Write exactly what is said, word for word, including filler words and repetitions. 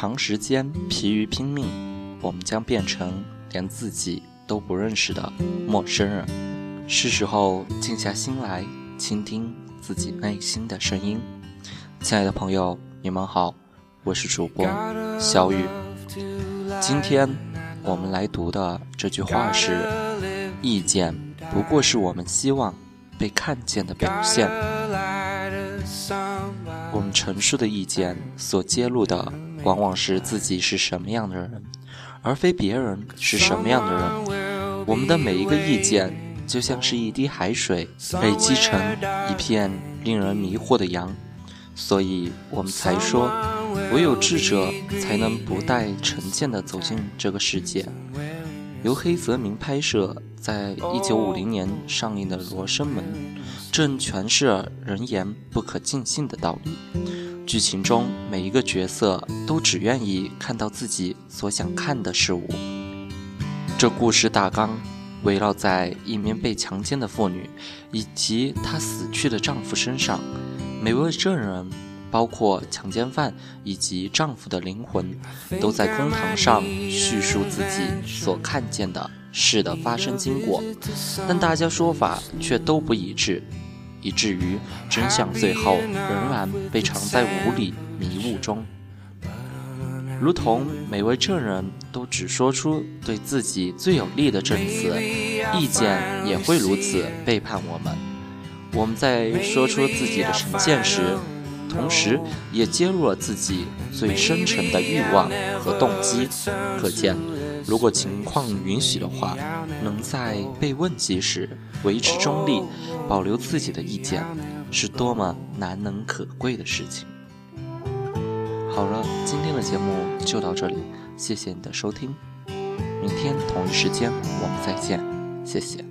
长时间疲于拼命，我们将变成连自己都不认识的陌生人。是时候静下心来，倾听自己内心的声音。亲爱的朋友，你们好，我是主播小雨。今天我们来读的这句话是：意见不过是我们希望被看见的表现。我们陈述的意见所揭露的往往是自己是什么样的人，而非别人是什么样的人。我们的每一个意见就像是一滴海水累积成一片令人迷惑的洋，所以我们才说唯有智者才能不带成见地走进这个世界。由黑泽明拍摄，在一九五零年上映的《罗生门》正诠释了人言不可尽信的道理。剧情中每一个角色都只愿意看到自己所想看的事物。这故事大纲围绕在一名被强奸的妇女以及她死去的丈夫身上。每位证人，包括强奸犯以及丈夫的灵魂，都在公堂上叙述自己所看见的事的发生经过，但大家说法却都不一致，以至于真相最后仍然被藏在雾里迷雾中。如同每位证人都只说出对自己最有利的证词，意见也会如此背叛我们。我们在说出自己的成见时，同时也揭露了自己最深沉的欲望和动机。可见，如果情况允许的话，能在被问及时维持中立，保留自己的意见，是多么难能可贵的事情。好了，今天的节目就到这里，谢谢你的收听，明天同一时间我们再见，谢谢。